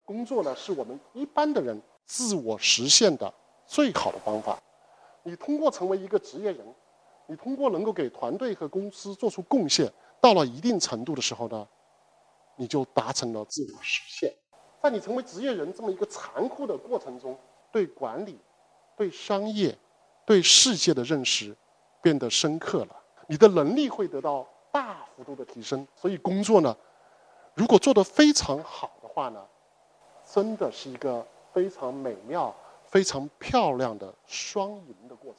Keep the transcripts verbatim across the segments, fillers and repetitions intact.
工作呢，是我们一般的人自我实现的最好的方法。你通过成为一个职业人，你通过能够给团队和公司做出贡献，到了一定程度的时候呢，你就达成了自我实现。在你成为职业人这么一个残酷的过程中，对管理、对商业、对世界的认识变得深刻了，你的能力会得到大幅度的提升。所以工作呢，如果做得非常好的话呢，真的是一个非常美妙、非常漂亮的双赢的过程。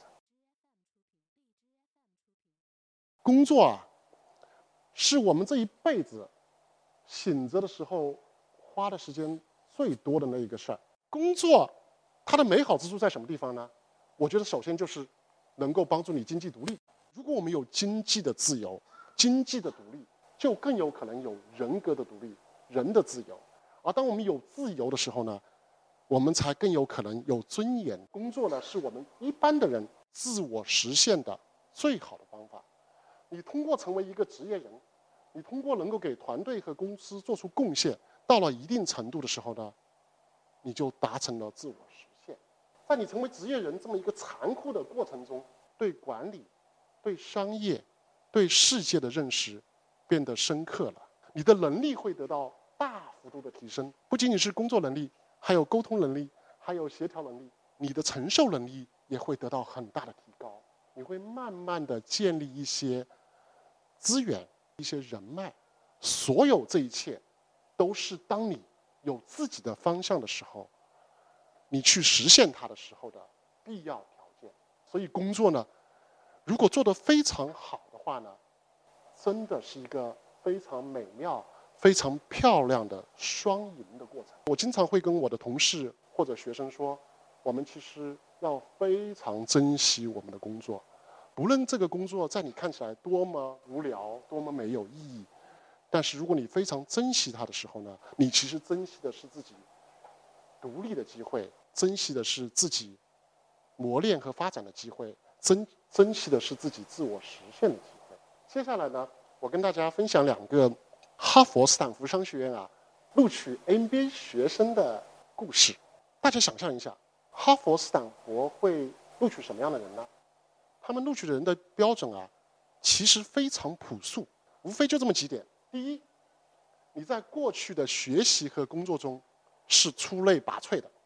工作啊，是我们这一辈子醒着的时候花的时间最多的那一个事儿。工作它的美好之处在什么地方呢？我觉得首先就是能够帮助你经济独立。如果我们有经济的自由、经济的独立，就更有可能有人格的独立、人的自由。而当我们有自由的时候呢，我们才更有可能有尊严。工作呢，是我们一般的人自我实现的最好的方法。你通过成为一个职业人，你通过能够给团队和公司做出贡献，到了一定程度的时候呢，你就达成了自我实现。在你成为职业人这么一个残酷的过程中，对管理、对商业、对世界的认识变得深刻了，你的能力会得到大幅度的提升。不仅仅是工作能力，还有沟通能力，还有协调能力，你的承受能力也会得到很大的提高。你会慢慢的建立一些资源、一些人脉，所有这一切都是当你有自己的方向的时候，你去实现它的时候的必要条件。所以工作呢，如果做得非常好的话呢，真的是一个非常美妙、非常漂亮的双赢的过程。我经常会跟我的同事或者学生说，我们其实要非常珍惜我们的工作，不论这个工作在你看起来多么无聊、多么没有意义，但是如果你非常珍惜它的时候呢，你其实珍惜的是自己独立的机会，珍惜的是自己磨练和发展的机会，珍珍惜的是自己自我实现的机会。接下来呢，我跟大家分享两个哈佛斯坦福商学院啊录取 M B A 学生的故事。大家想象一下，哈佛斯坦福会录取什么样的人呢？他们录取的人的标准啊，其实非常朴素，无非就这么几点。第一，你在过去的学习和工作中是出类拔萃的。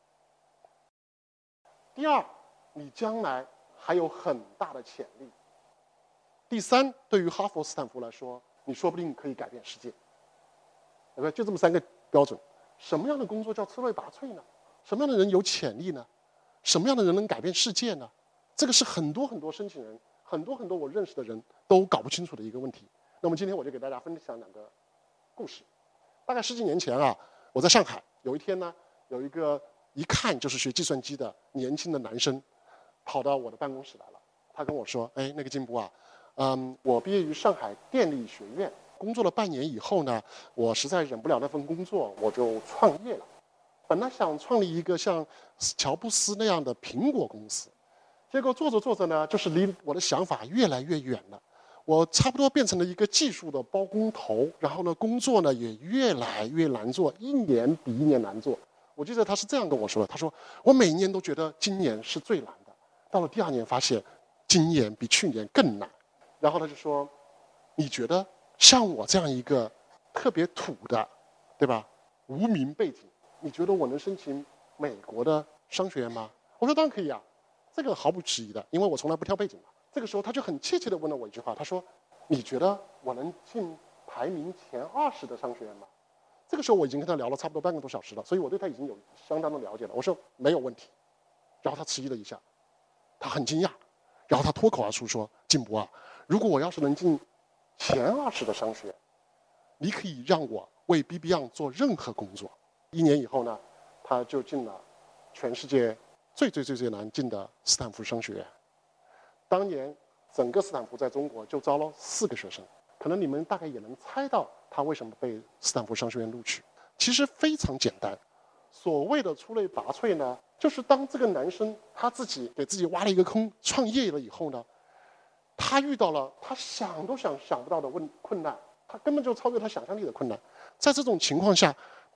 第二，你将来还有很大的潜力。第三，对于哈佛斯坦福来说，你说不定可以改变世界。对不对？就这么三个标准。什么样的工作叫出类拔萃呢？什么样的人有潜力呢？什么样的人能改变世界呢？这个是很多很多申请人，很多很多我认识的人都搞不清楚的一个问题。那么今天我就给大家分享两个故事。大概十几年前啊，我在上海，有一天呢，有一个一看就是学计算机的年轻的男生，跑到我的办公室来了。他跟我说：“哎，那个金波啊，嗯，我毕业于上海电力学院，工作了半年以后呢，我实在忍不了那份工作，我就创业了。本来想创立一个像乔布斯那样的苹果公司，结果做着做着呢，就是离我的想法越来越远了。我差不多变成了一个技术的包工头，然后呢，工作呢也越来越难做，一年比一年难做。我记得他是这样跟我说的，他说我每年都觉得今年是最难的，到了第二年发现今年比去年更难。然后他就说，你觉得像我这样一个特别土的，对吧，无名背景，你觉得我能申请美国的商学院吗？我说当然可以啊，这个毫不迟疑的，因为我从来不挑背景嘛。这个时候他就很切切地问了我一句话，他说你觉得我能进排名前二十的商学院吗？这个时候我已经跟他聊了差不多半个多小时了，所以我对他已经有相当的了解了。我说没有问题。然后他迟疑了一下，他很惊讶，然后他脱口而出说，金博啊，如果我要是能进前二十的商学院，你可以让我为 B B Young 做任何工作。一年以后呢，他就进了全世界最最最最难进的斯坦福商学院。当年整个斯坦福在中国就招了四个学生，可能你们大概也能猜到他为什么被斯坦福商学院录取。其实非常简单，所谓的出类拔萃呢，就是当这个男生他自己给自己挖了一个坑，创业了以后呢，他遇到了他想都想想不到的问困难，他根本就超越他想象力的困难。在这种情况下，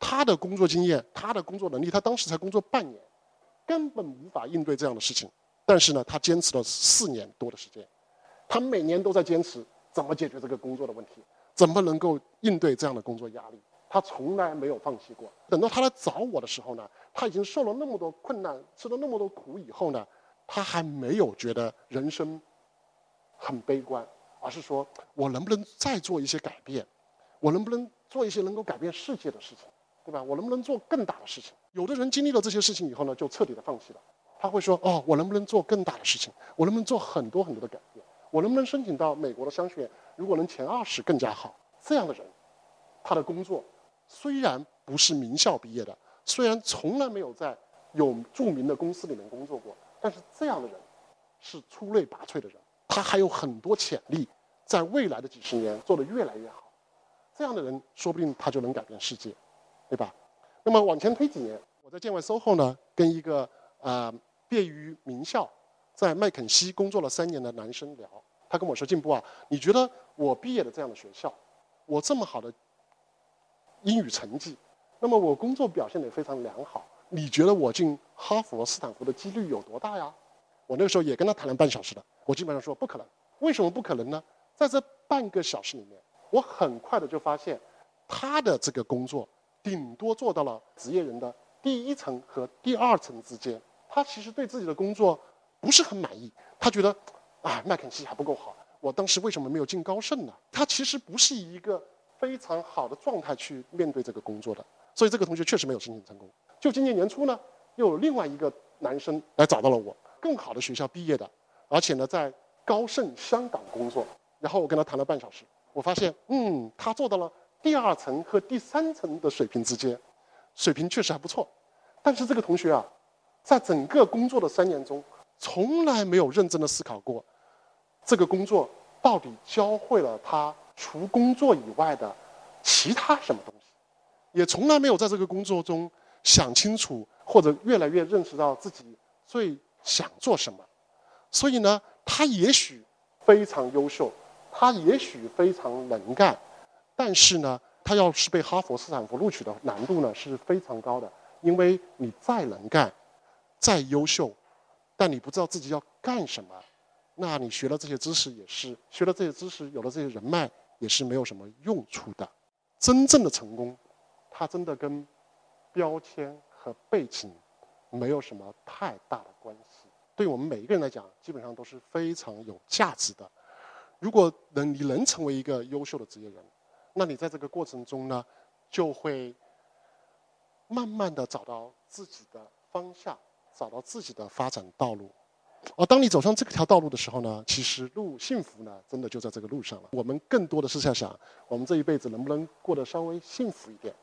他的工作经验，他的工作能力，他当时才工作半年，根本无法应对这样的事情。但是呢，他坚持了四年多的时间，他每年都在坚持怎么解决这个工作的问题，怎么能够应对这样的工作压力。他从来没有放弃过。等到他来找我的时候呢，他已经受了那么多困难，吃了那么多苦以后呢，他还没有觉得人生很悲观，而是说我能不能再做一些改变，我能不能做一些能够改变世界的事情，对吧？我能不能做更大的事情？有的人经历了这些事情以后呢，就彻底的放弃了。他会说：哦，我能不能做更大的事情？我能不能做很多很多的改变？我能不能申请到美国的商学院？如果能前二十更加好。这样的人，他的工作虽然不是名校毕业的，虽然从来没有在有著名的公司里面工作过，但是这样的人是出类拔萃的人，他还有很多潜力，在未来的几十年做得越来越好。这样的人，说不定他就能改变世界，对吧？那么往前推几年，我在建外 S O H O 呢，跟一个呃毕业于名校，在麦肯锡工作了三年的男生聊，他跟我说：“进步啊，你觉得我毕业的这样的学校，我这么好的英语成绩，那么我工作表现得非常良好，你觉得我进哈佛、斯坦福的几率有多大呀？”我那个时候也跟他谈了半小时的，我基本上说不可能。为什么不可能呢？在这半个小时里面，我很快的就发现，他的这个工作顶多做到了职业人的第一层和第二层之间。他其实对自己的工作不是很满意，他觉得啊，麦肯锡还不够好，我当时为什么没有进高盛呢？他其实不是以一个非常好的状态去面对这个工作的，所以这个同学确实没有申请成功。就今年年初呢，又有另外一个男生来找到了我，更好的学校毕业的，而且呢在高盛香港工作。然后我跟他谈了半小时，我发现，嗯，他做到了第二层和第三层的水平之间，水平确实还不错。但是这个同学啊，在整个工作的三年中，从来没有认真的思考过，这个工作到底教会了他除工作以外的其他什么东西，也从来没有在这个工作中想清楚，或者越来越认识到自己最想做什么。所以呢，他也许非常优秀，他也许非常能干，但是呢，他要是被哈佛、斯坦福录取的难度呢是非常高的，因为你再能干、再优秀，但你不知道自己要干什么，那你学了这些知识也是学了这些知识，有了这些人脉也是没有什么用处的。真正的成功，它真的跟标签和背景没有什么太大的关系。对我们每一个人来讲，基本上都是非常有价值的。如果能你能成为一个优秀的职业人，那你在这个过程中呢，就会慢慢的找到自己的方向，找到自己的发展道路。而当你走上这条道路的时候呢，其实路幸福呢，真的就在这个路上了。我们更多的是在想，我们这一辈子能不能过得稍微幸福一点。